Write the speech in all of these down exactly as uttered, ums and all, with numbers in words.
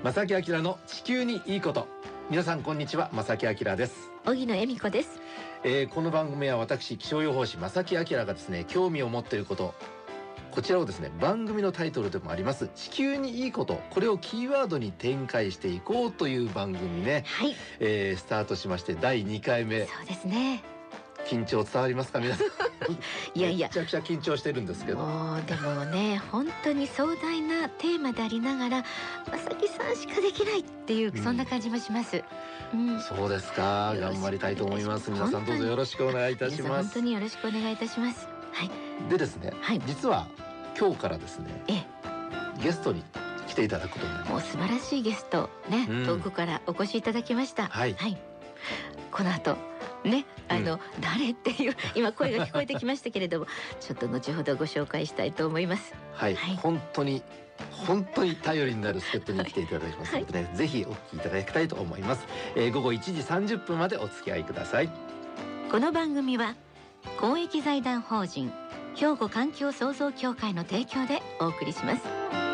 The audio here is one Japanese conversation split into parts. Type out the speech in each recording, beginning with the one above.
正木明の地球にいいこと。皆さんこんにちは、正木明です。 荻野恵美子です。 えー、この番組は私気象予報士正木明がですね、興味を持っていること、こちらをですね、番組のタイトルでもあります地球にいいこと、これをキーワードに展開していこうという番組ね、 はい、 えー、スタートしましてだいにかいめ。 そうですね。 緊張伝わりますか皆さん。 いやいや、 めちゃくちゃ緊張してるんですけど、 もうでもね、本当に壮大なテーマでありながら正木さんしかできないっていう、うん、そんな感じもします、 うん、そうですか。頑張りたいと思います。皆さんどうぞよろしくお願いいたします。 本当によろしくお願いいたします。はい。 でですね、はい、実は今日からですね、えゲストに来ていただくことになります。 もう素晴らしいゲストね、うん、遠くからお越しいただきました。はい、はい、この後ね、あの、うん、誰っていう今声が聞こえてきましたけれどもちょっと後ほどご紹介したいと思います。 はい、はい、本当に本当に頼りになる助っ人に来ていただきますのでね、はい、ぜひお聞きいただきたいと思います。えー、午後いちじさんじゅっぷんまでお付き合いください。 この番組は公益財団法人兵庫環境創造協会の提供でお送りします。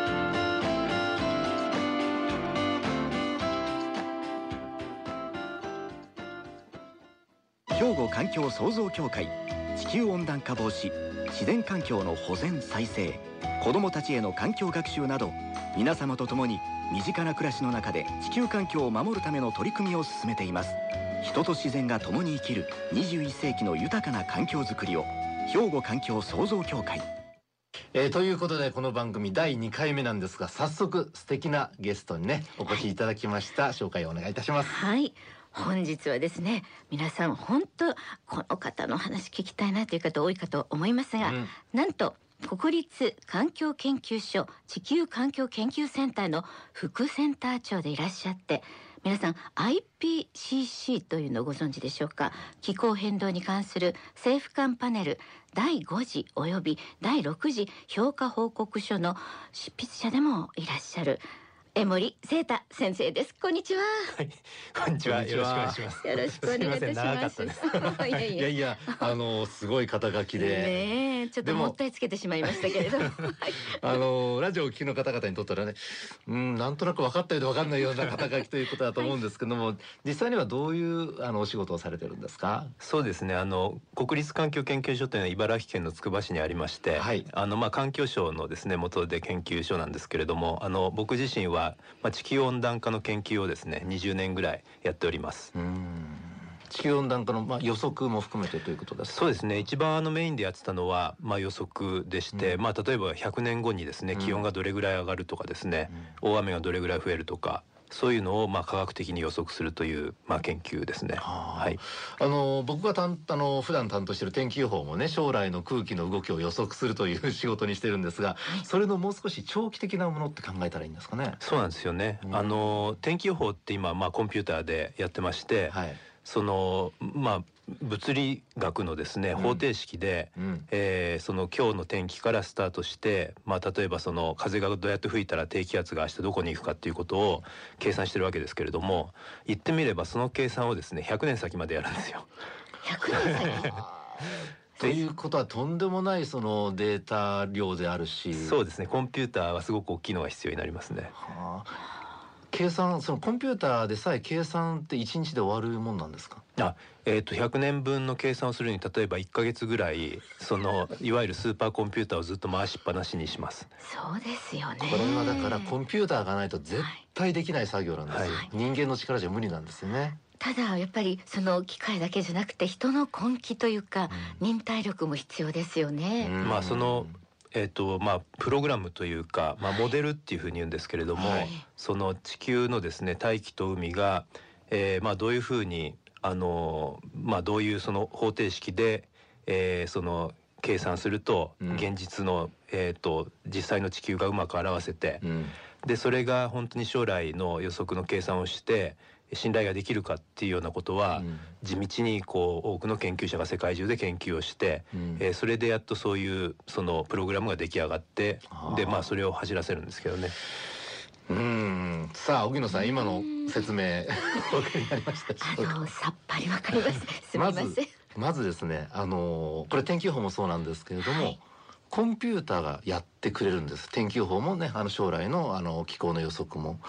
兵庫環境創造協会、地球温暖化防止、自然環境の保全再生、子どもたちへの環境学習など、皆様と共に身近な暮らしの中で地球環境を守るための取り組みを進めています。人と自然が共に生きるにじゅういっせいきの豊かな環境づくりを、兵庫環境創造協会。 えー、ということでこの番組だいにかいめなんですが、早速素敵なゲストにねお越しいただきました。紹介をお願いいたします。 はい、本日はですね、皆さん本当この方の話聞きたいなという方多いかと思いますが、うん、なんと国立環境研究所地球環境研究センターの副センター長でいらっしゃって、皆さん アイピーシーシー というのをご存知でしょうか。気候変動に関する政府間パネルだいごじおよびだいろくじ評価報告書の執筆者でもいらっしゃる江森聖太先生です。こんにちは。 はい、こんにちは。よろしくお願いします。 よろしくお願いいたします。 いやいやいや、あのすごい肩書きで、 ね、ちょっともったいつけてしまいましたけれども、 あのラジオをお聞きの方々にとったらね、うん、なんとなく分かったようで分かんないような肩書きということだと思うんですけども、はい、実際にはどういうあのお仕事をされてるんですか？ そうですね、あの国立環境研究所というのは茨城県のつくば市にありまして、はい、あのまあ環境省のですね元で研究所なんですけれども、あの僕自身はまあ、地球温暖化の研究をですねにじゅうねんぐらいやっております。 うーん、地球温暖化の、まあ、予測も含めてということですか？ そうですね、一番あのメインでやってたのは、まあ、予測でして、うん、まあ、例えばひゃくねんごにですね気温がどれぐらい上がるとかですね、うん、大雨がどれぐらい増えるとか、そういうのをまあ科学的に予測するというまあ研究ですね。 はい、あの僕がたんあの普段担当している天気予報もね、将来の空気の動きを予測するという仕事にしてるんですが、それのもう少し長期的なものって考えたらいいんですかね？ そうなんですよね。うん、あの天気予報って今まあコンピューターでやってまして、はい、そのまあ物理学のですね方程式で、うん、えー、その今日の天気からスタートして、まあ、例えばその風がどうやって吹いたら低気圧が明日どこに行くかっていうことを計算してるわけですけれども、言ってみればその計算をですねひゃくねん先までやるんですよ。 ひゃくねん先ということはとんでもないそのデータ量であるし、 そうですね、コンピューターはすごく大きいのが必要になりますね。 はあ、計算、そのコンピューターでさえ計算っていちにちで終わるもんなんですか？ あ、えー、とひゃくねんぶんの計算をするに例えばいっかげつぐらいそのいわゆるスーパーコンピューターをずっと回しっぱなしにします。 そうですよね。 これはだからコンピューターがないと絶対できない作業なんですよ、はい、人間の力じゃ無理なんですよね。 ただやっぱりその機械だけじゃなくて人の根気というか、うん、忍耐力も必要ですよね。 うん、まあそのえーとまあ、プログラムというか、まあ、モデルっていうふうに言うんですけれども、はい、その地球のですね大気と海が、えーまあ、どういうふうにあの、まあ、どういうその方程式で、えー、その計算すると、うん、現実の、えーと実際の地球がうまく表せて、うん、でそれが本当に将来の予測の計算をして信頼ができるかっていうようなことは、うん、地道にこう多くの研究者が世界中で研究をして、うん、えー、それでやっとそういうそのプログラムが出来上がって、でまあそれを走らせるんですけどね。 うーん、さあ荻野さん、今の説明お分かりになりましたでしょうか？ あのさっぱりわかります。すみません。まず、 まずですね、あのこれ天気予報もそうなんですけれども、はい、コンピューターがやってくれるんです。天気予報もね、あの将来のあの気候の予測も。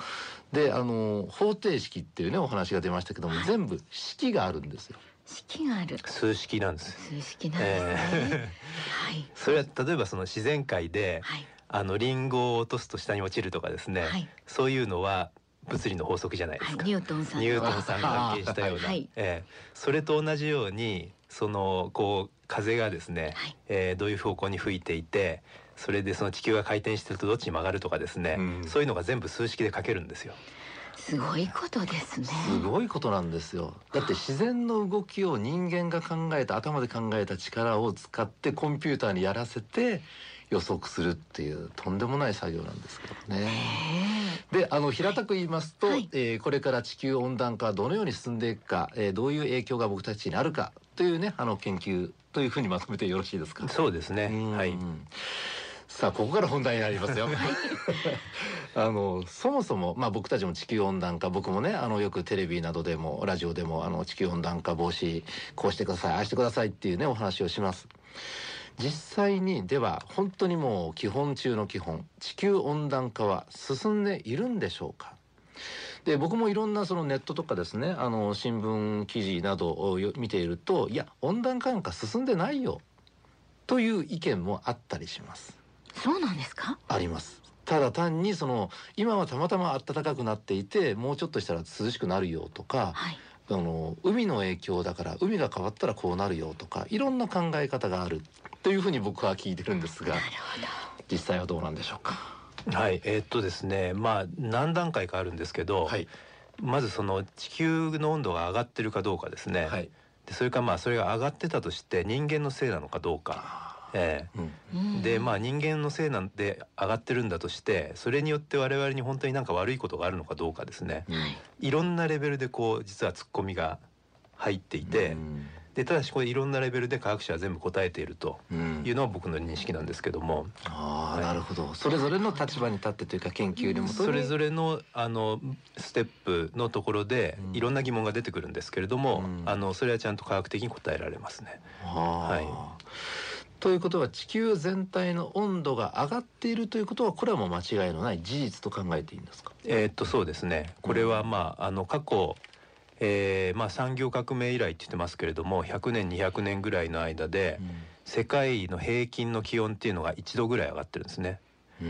であの方程式っていうねお話が出ましたけども、はい、全部式があるんですよ。 式がある。 数式なんです。 数式なんですね。えー、はい。それは例えばその自然界で、はい、あのリンゴを落とすと下に落ちるとかですね、はい、そういうのは物理の法則じゃないですか。 はい、ニュートンさんニュートンさんが発見したような、はい、えー、それと同じようにそのこう風がですね、はい、えー、どういう方向に吹いていて、それでその地球が回転してるとどっちに曲がるとかですね、うん、そういうのが全部数式で書けるんですよ。 すごいことですね。 すごいことなんですよ。だって自然の動きを人間が考えた頭で考えた力を使ってコンピューターにやらせて予測するっていうとんでもない作業なんですけどね。であの平たく言いますと、はい、えー、これから地球温暖化はどのように進んでいくか、えー、どういう影響が僕たちにあるかというねあの研究というふうにまとめてよろしいですか。 そうですね。はい。 さあここから本題になりますよ。あのそもそも、まあ、僕たちも地球温暖化、僕もねあのよくテレビなどでもラジオでもあの地球温暖化防止こうしてくださいああしてくださいっていうねお話をします。実際にでは本当にもう基本中の基本、地球温暖化は進んでいるんでしょうか。で僕もいろんなそのネットとかですねあの新聞記事などを見ていると、いや温暖化なんか進んでないよという意見もあったりします。 そうなんですか。 あります。ただ単にその今はたまたま暖かくなっていてもうちょっとしたら涼しくなるよとか、はい、あの海の影響だから海が変わったらこうなるよとかいろんな考え方があるというふうに僕は聞いてるんですが、 なるほど。 実際はどうなんでしょうか。 はい、えー、っとですねまあ何段階かあるんですけど、はい、まずその地球の温度が上がってるかどうかですね、はい、でそれからまあそれが上がってたとして人間のせいなのかどうか。ええ、うん、でまあ人間のせいなんで上がってるんだとしてそれによって我々に本当になんか悪いことがあるのかどうかですね、うん、いろんなレベルでこう実はツッコミが入っていて、うん、でただしこれいろんなレベルで科学者は全部答えているというのは僕の認識なんですけども、 あ、はい、なるほど。それぞれの立場に立ってというか研究にもそれぞれのあのステップのところでいろんな疑問が出てくるんですけれども、うん、あのそれはちゃんと科学的に答えられますね。はい。 ということは地球全体の温度が上がっているということはこれはもう間違いのない事実と考えていいんですか。 えー、っとそうですね。これはまああの過去、えー、まあ産業革命以来って言ってますけれどもひゃくねんにひゃくねんぐらいの間で、うん、世界の平均の気温っていうのがいちどぐらい上がってるんですね。うん、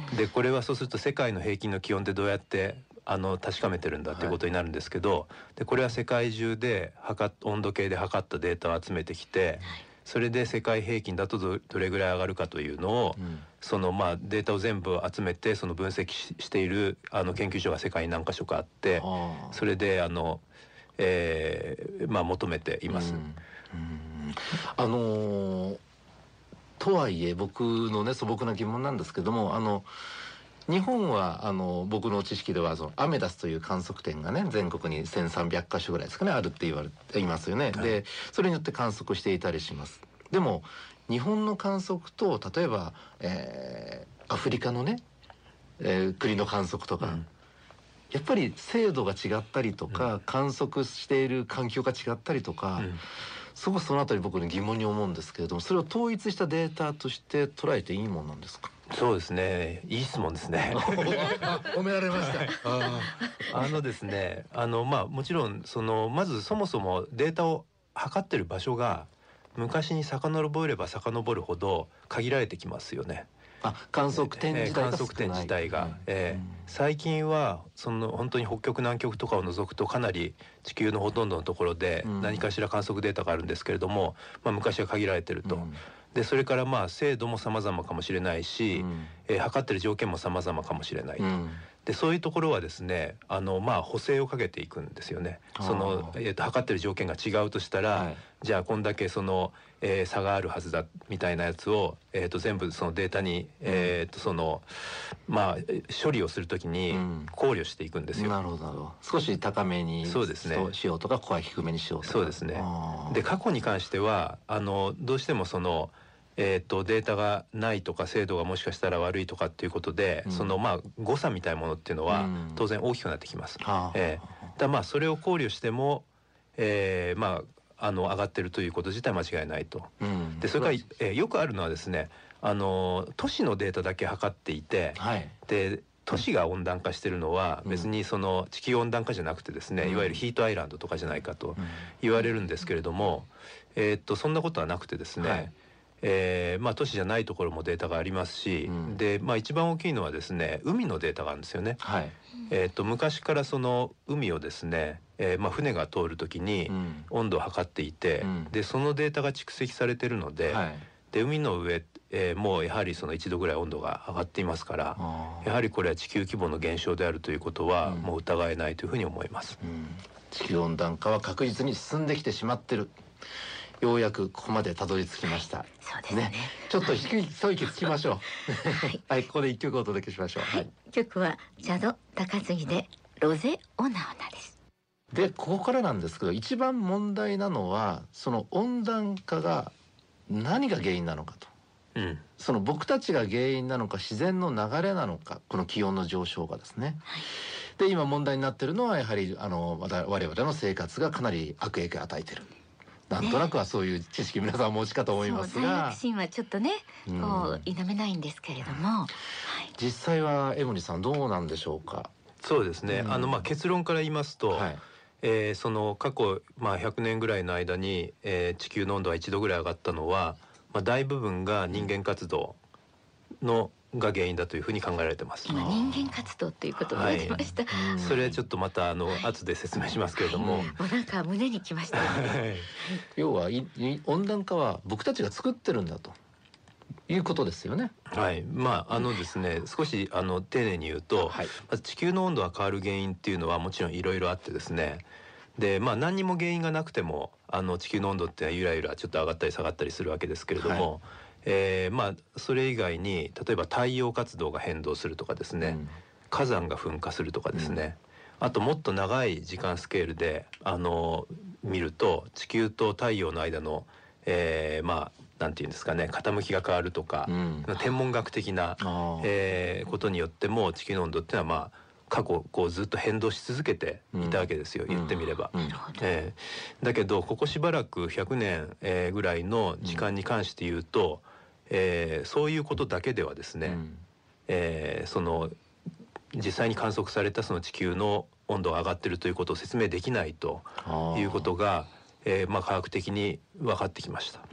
でこれはそうすると世界の平均の気温ってどうやってあの確かめてるんだっていうことになるんですけど、はい、でこれは世界中で測っ温度計で測ったデータを集めてきて、はい、それで世界平均だと ど, どれぐらい上がるかというのを、うん、そのまあデータを全部集めてその分析 し, しているあの研究所が世界に何か所かあって、それであの、えーまあ、求めています。うんうん、 あのー、とはいえ僕のね素朴な疑問なんですけども、あの日本はあの僕の知識ではそのアメダスという観測点がね全国にせんさんびゃっかしょぐらいですかねあるって言われていますよね、はい、でそれによって観測していたりします。でも日本の観測と例えば、えー、アフリカのね、えー、国の観測とか、うん、やっぱり精度が違ったりとか、うん、観測している環境が違ったりとか、うん、そこそのあたり僕に疑問に思うんですけれども、それを統一したデータとして捉えていいものなんですか。 そうですね、いい質問ですね。 褒められました。 あ, あのですねあのまあもちろんそのまずそもそもデータを測ってる場所が昔に遡れば遡るほど限られてきますよね。 あ、観測点自体が少ない、 えー、観測点自体が、うんえー、最近はその本当に北極南極とかを除くとかなり地球のほとんどのところで何かしら観測データがあるんですけれども、まあ、昔は限られてると、うんでそれからまあ精度も様々かもしれないし、うんえー、測ってる条件も様々かもしれないと、うん、でそういうところはですねあのまあ補正をかけていくんですよね。その、えー、と測ってる条件が違うとしたら、はい、じゃあこんだけその、えー、差があるはずだみたいなやつを、えー、と全部そのデータに、うんえー、とそのまあ処理をするときに考慮していくんですよ、うん、 なるほどなるほど。少し高めにそうです、ね、 しようとかここは低めにしようとか。 そうですね。で過去に関してはあのどうしてもそのえー、とデータがないとか精度がもしかしたら悪いとかっていうことで、うん、そのまあ誤差みたいなものっていうのは当然大きくなってきます。うんえー、だまあそれを考慮しても、えー、まああの上がってるということ自体間違いないと。うん、でそれから、えー、よくあるのはですねあの都市のデータだけ測っていて、はい、で都市が温暖化してるのは別にその地球温暖化じゃなくてですね、いわゆるヒートアイランドとかじゃないかと言われるんですけれども、えー、っとそんなことはなくてですね、はい、えーまあ、都市じゃないところもデータがありますし、うん、で、まあ、一番大きいのはですね海のデータがあるんですよね。はい、えー、と昔からその海をですね、えーまあ、船が通る時に温度を測っていて、うん、でそのデータが蓄積されてるので、はい、で海の上、えー、もうやはりそのいちどぐらい温度が上がっていますから、やはりこれは地球規模の現象であるということはもう疑えないというふうに思います。 うんうん、地球温暖化は確実に進んできてしまってる。ようやくここまでたどり着きました。はい、 そうですね。ね、 ちょっと低い一息つきましょう。はい、はい、ここで一曲お届けしましょう。 はい、曲はチャド高杉でロゼオナオナです。 でここからなんですけど、一番問題なのはその温暖化が何が原因なのかと。うん、その僕たちが原因なのか自然の流れなのか、この気温の上昇がですね。はい、で今問題になっているのはやはりあの我々の生活がかなり悪影響を与えている。なんとなくはそういう知識皆さんお持ちかと思いますが、 大躍進はちょっとね、こう否めないんですけれども、はい、 実際は江森さんどうなんでしょうか。 そうですね、うん、あのまあ結論から言いますと、はい、えー、その過去まあひゃくねんぐらいの間に、えー、地球の温度がいちどぐらい上がったのは、まあ、大部分が人間活動のが原因だというふうに考えられてます。 今人間活動ということが出ました、 はい、それはちょっとまたあの、はい、後で説明しますけれども、はい、 もうなんか胸にきました、ね。はい、 要はい温暖化は僕たちが作ってるんだということですよね。 はい、まああのですね、少しあの丁寧に言うと、はい、まず地球の温度が変わる原因っていうのはもちろんいろいろあってですね、でまあ何にも原因がなくてもあの地球の温度ってゆらゆらちょっと上がったり下がったりするわけですけれども、はい、えー、まあそれ以外に例えば太陽活動が変動するとかですね、うん、火山が噴火するとかですね、うん、あともっと長い時間スケールであの見ると地球と太陽の間の、えー、まあなんていうんですかね、傾きが変わるとか、うん、天文学的な、えー、ことによっても地球の温度っていうのはまあ過去こうずっと変動し続けていたわけですよ、うん、言ってみれば、うん、えー、だけどここしばらくひゃくねん、えー、ぐらいの時間に関して言うと、えー、そういうことだけではですね、うん、えー、その実際に観測されたその地球の温度が上がっているということを説明できないということが、えーまあ、科学的に分かってきました。 うん、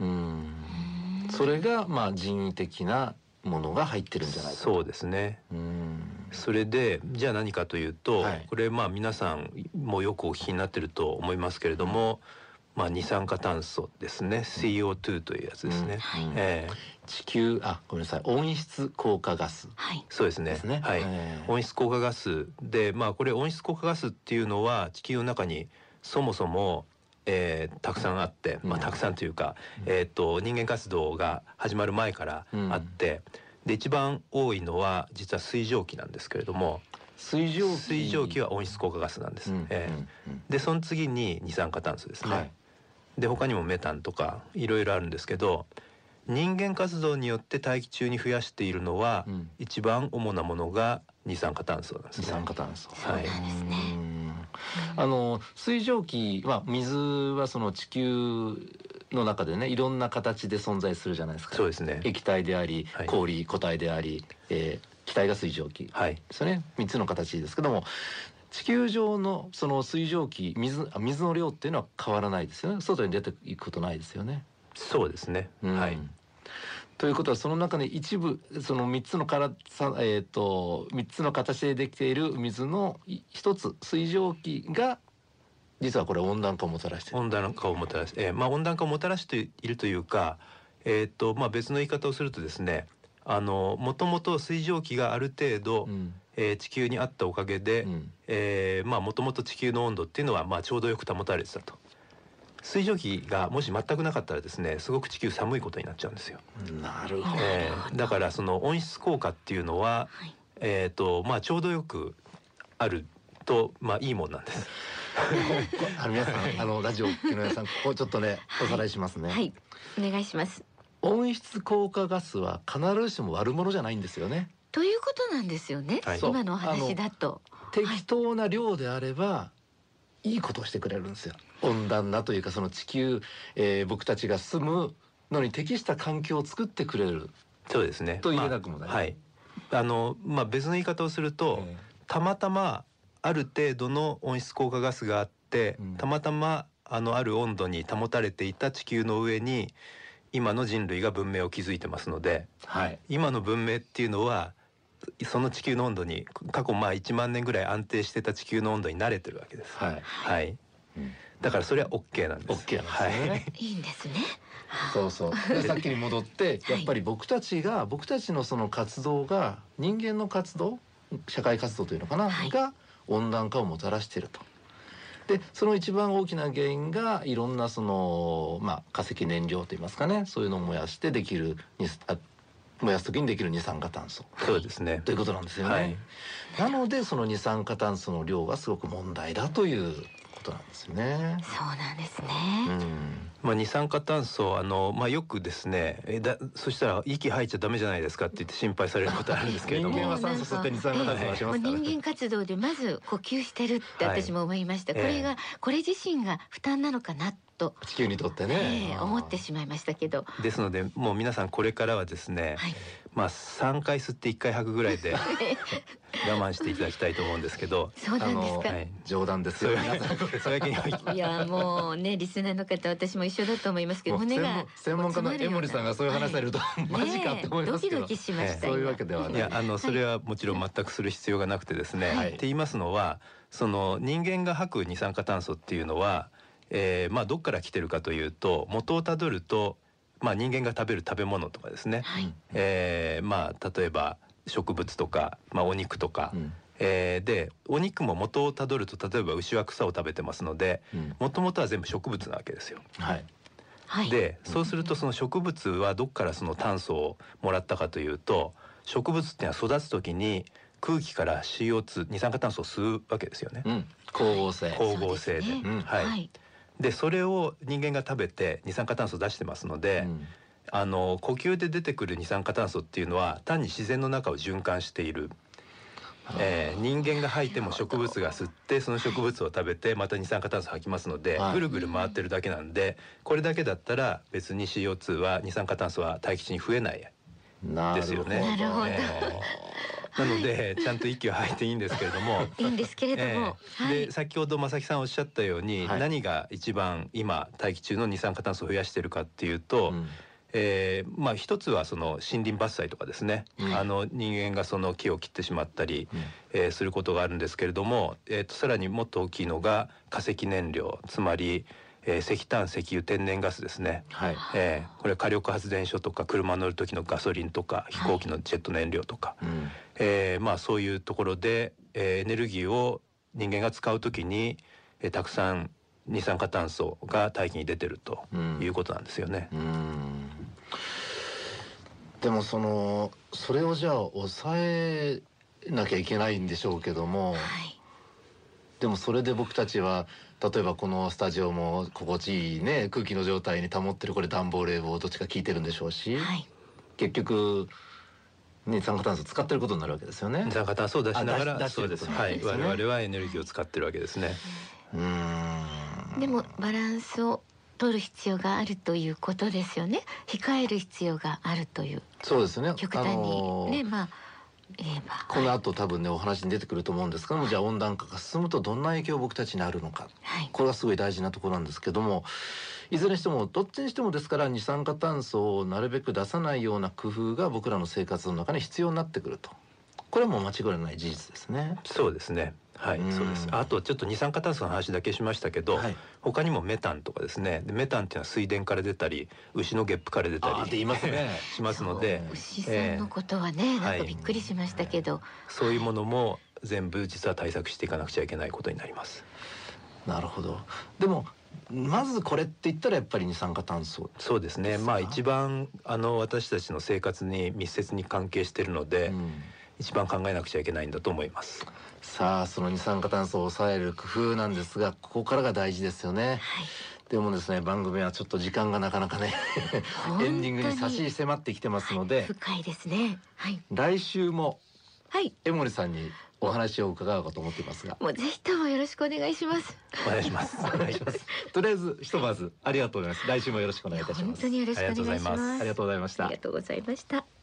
それがまあ人為的なものが入ってるんじゃないかと。 そうですね。うん、それでじゃあ何かというと、はい、これまあ皆さんもよくお聞きになってると思いますけれども、うん、まあ二酸化炭素ですね、 シーオーツー というやつですね、うん、えー、 地球あごめんなさい温室効果ガス、 はい、そうですね、ですね、はい、えー、温室効果ガスで、まあこれ温室効果ガスっていうのは地球の中にそもそもえー、たくさんあって、まあ、たくさんというか、うん、えー、と人間活動が始まる前からあって、うん、で一番多いのは実は水蒸気なんですけれども、 水蒸気水蒸気は温室効果ガスなんです、うん、えーうん、でその次に二酸化炭素ですね、はい、で他にもメタンとかいろいろあるんですけど、人間活動によって大気中に増やしているのは、うん、一番主なものが二酸化炭素なんですね。 二酸化炭素、 はい、そうなんですね。 あの水蒸気は水はその地球の中でねいろんな形で存在するじゃないですか。 そうですね。 液体であり、はい、氷固体であり、えー、気体が水蒸気、はい、ですよね。みっつの形ですけども、地球上のその水蒸気 水, 水の量っていうのは変わらないですよね。外に出ていくことないですよね。 そうですね、うん、はい。 ということはその中で一部そのみっつのからさ、えー、とみっつの形でできている水の一つ水蒸気が実はこれ温暖化をもたらしている。 温暖化をもたらし、えーまあ、温暖化をもたらしているというか、えーとまあ、別の言い方をするとですね、あのもともと水蒸気がある程度、うん、えー、地球にあったおかげで、うん、えーまあ、もともと地球の温度っていうのは、まあ、ちょうどよく保たれてたと。水蒸気がもし全くなかったらですね、すごく地球寒いことになっちゃうんですよ。 なるほど、 えー、だからその温室効果っていうのは、はい、えーとまあ、ちょうどよくあると、まあ、いいもんなんです。 あの皆さんあのラジオの皆さんここちょっとねおさらいしますね。 はい、はい、お願いします。 温室効果ガスは必ずしも悪者じゃないんですよね。 ということなんですよね、はい、今のお話だと適当な量であれば、はい、いいことをしてくれるんですよ。温暖なというかその地球、えー、僕たちが住むのに適した環境を作ってくれる。 そうですね。 と言えなくもない、 まあ、はい。 あの、まあ、別の言い方をすると、 えたまたまある程度の温室効果ガスがあって、 うんたまたまあのある温度に保たれていた地球の上に今の人類が文明を築いてますので、 はい今の文明っていうのはその地球の温度に過去まあいちまん年ぐらい安定してた地球の温度に慣れてるわけです。 はい、 はいうんだからそれは OK なんです。 OK なんですよね、 はいいいんですね。 そうそうでさっきに戻ってやっぱり僕たちが僕たちのその活動が人間の活動社会活動というのかな、 はいが温暖化をもたらしていると。でその一番大きな原因がいろんなその、まあ、化石燃料といいますかね、そういうのを燃やしてできるにあ燃やす時にできる二酸化炭素そうですね。 ということなんですよね、 はいなのでその二酸化炭素の量がすごく問題だということなんですよね。 そうなんですうね。 んまあ、二酸化炭素あの、まあ、よくですねえだそしたら息吐いちゃダメじゃないですかって言って心配されることあるんですけれども人間は酸素吸って二酸化炭素出しもうますからね。 人間活動でまず呼吸してるって私も思いました、 はいこれが、これ自身が負担なのかなと、 地球にとってね、 えー思ってしまいましたけど、 ですのでもう皆さんこれからはですね、 はい、 まあさんかい吸っていっかい吐くぐらいで我慢していただきたいと思うんですけどそうなんですか、 はい冗談ですそうよ。 いうそういうわけにはいきいやもうねリスナーの方私も一緒だと思いますけどもう胸が専門専門家の江森さんがそういう話されると、マジかって思いますけど、 ねえドキドキしました、 そういうわけではないいやあのそれはもちろん全くする必要がなくてですね、 はいって言いますのはその人間が吐く二酸化炭素っていうのは、えーまあ、どっから来てるかというと元をたどると、まあ、人間が食べる食べ物とかですね、 はい、 えーまあ、例えば植物とか、まあ、お肉とか、 うんえーでお肉も元をたどると例えば牛は草を食べてますのでうんもともとは全部植物なわけですよ。 はいはい、 でそうするとその植物はどっからその炭素をもらったかというと植物っていうのは育つ時に空気から シーオーツー 二酸化炭素を吸うわけですよね。 うん、光合成、 光合成で、 そうですねうんはいはい、 でそれを人間が食べて二酸化炭素を出してますので、 うんあの呼吸で出てくる二酸化炭素っていうのは単に自然の中を循環している、えー人間が吐いても植物が吸ってその植物を食べてまた二酸化炭素吐きますので、 はいぐるぐる回ってるだけなんでこれだけだったら別に シーオーツー は二酸化炭素は大気中に増えないなるほどですよね。 なるほどえーなのでちゃんと息を吐いていいんですけれどもいいんですけれども、 えーはいで先ほど正木さんおっしゃったように、 はい何が一番今大気中の二酸化炭素を増やしているかっていうと、 うんえーまあ一つはその森林伐採とかですね、 うんあの人間がその木を切ってしまったり、 うんえーすることがあるんですけれども、えーとさらにもっと大きいのが化石燃料つまり、えー石炭石油天然ガスですね。 はいえーこれ火力発電所とか車乗る時のガソリンとか飛行機のジェット燃料とか、 うんえーまあそういうところで、えーエネルギーを人間が使う時に、えーたくさん二酸化炭素が大気に出てるということなんですよね。 うんでもそのそれをじゃあ抑えなきゃいけないんでしょうけども、 はい、 でもそれで僕たちは例えばこのスタジオも心地いいね空気の状態に保ってるこれ暖房冷房どっちか効いてるんでしょうし、 はい、 結局二酸化炭素使ってることになるわけですよね二。酸化炭素を出しながあら出し出してるそうです、 ことなんですねはい、我々はエネルギーを使ってるわけですね。 うーんでもバランスを取る必要があるということですよね。控える必要があるというそうですね。 極端にあのーね、まあ言えばこの後多分ねお話に出てくると思うんですけども、じゃあ温暖化が進むとどんな影響を僕たちにあるのか、 はい、 これがすごい大事なところなんですけども、いずれにしてもどっちにしてもですから二酸化炭素をなるべく出さないような工夫が僕らの生活の中に必要になってくると、これはもう間違いない事実ですね。 そうですね。はい、 うんそうです。あとちょっと二酸化炭素の話だけしましたけど、 はい他にもメタンとかですね。でメタンっていうのは水田から出たり、牛のゲップから出たりあーって言いますねしますので、 牛さんのことはね、なんかびっくりしましたけど、 そういうものも全部実は対策していかなくちゃいけないことになります。 なるほど。でもまずこれって言ったらやっぱり二酸化炭素。 そうですね。 ですかまあ一番あの私たちの生活に密接に関係しているので、 うん一番考えなくちゃいけないんだと思います。 さあその二酸化炭素を抑える工夫なんですが、ここからが大事ですよね。 はい、 でもですね、番組はちょっと時間がなかなかね本当にエンディングに差し迫ってきてますので、 深いですね。はい、 来週もはい、 江森さんにお話を伺おうかと思っていますが、 もうぜひともよろしくお願いします。 お願いします。 お願いします。とりあえずひとまずありがとうございます。来週もよろしくお願いいたします。 本当によろしくお願いします。 ありがとうございますありがとうございましたありが。とうございました。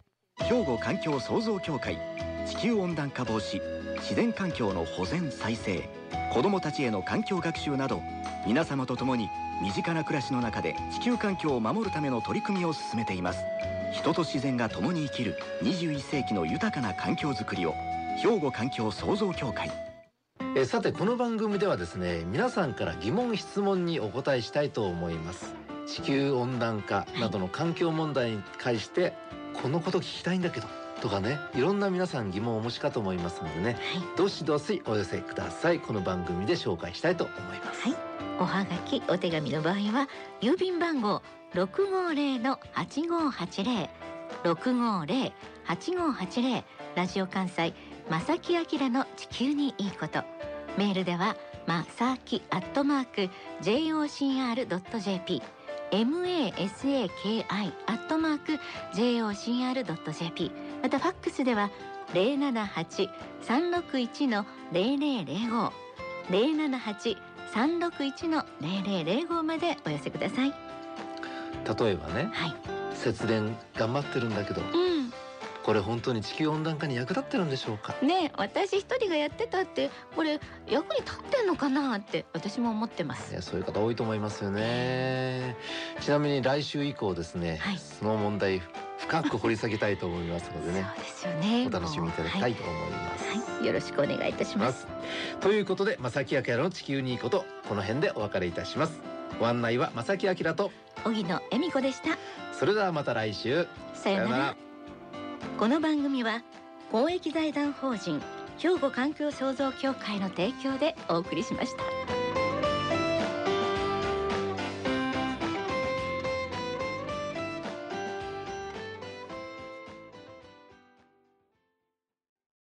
兵庫環境創造協会、地球温暖化防止、自然環境の保全再生、子どもたちへの環境学習など、皆様と共に身近な暮らしの中で地球環境を守るための取り組みを進めています。人と自然が共に生きるにじゅういっ世紀の豊かな環境づくりを、兵庫環境創造協会。 えさて、この番組ではですね、皆さんから疑問質問にお答えしたいと思います。地球温暖化などの環境問題に対してこのこと聞きたいんだけどとかね、いろんな皆さん疑問をお持ちかと思いますのでね、はい、どしどしお寄せください。この番組で紹介したいと思います。 はい、おはがきお手紙の場合は郵便番号 ろくごーゼロ のはちごーはちゼロ ろくごーゼロ はちごーはちゼロ、ラジオ関西正木明の地球にいいこと。メールではまさきアットマーク ジェイオーシーアールドットジェーピー、 マサキ アットマーク ジェイオーシーアールドットジェーピー、 またファックスでは ゼロななはち さんろくいち のゼロゼロゼロご ゼロななはち さんろくいち のゼロゼロゼロごまでお寄せください。 例えばね、はい、節電頑張ってるんだけど、うんこれ本当に地球温暖化に役立ってるんでしょうかね。私一人がやってたってこれ役に立ってんのかなって私も思ってます。 いや、そういう方多いと思いますよね。ちなみに来週以降ですね、はい、その問題深く掘り下げたいと思いますのでねそうですよね、 お楽しみいただきたいと思います、 はいはい、よろしくお願いいたします。 ということで、正木明の地球にいいこと、この辺でお別れいたします。ご案内は正木明と荻野恵美子でした。 それではまた来週、 さようなら。この番組は公益財団法人兵庫環境創造協会の提供でお送りしました。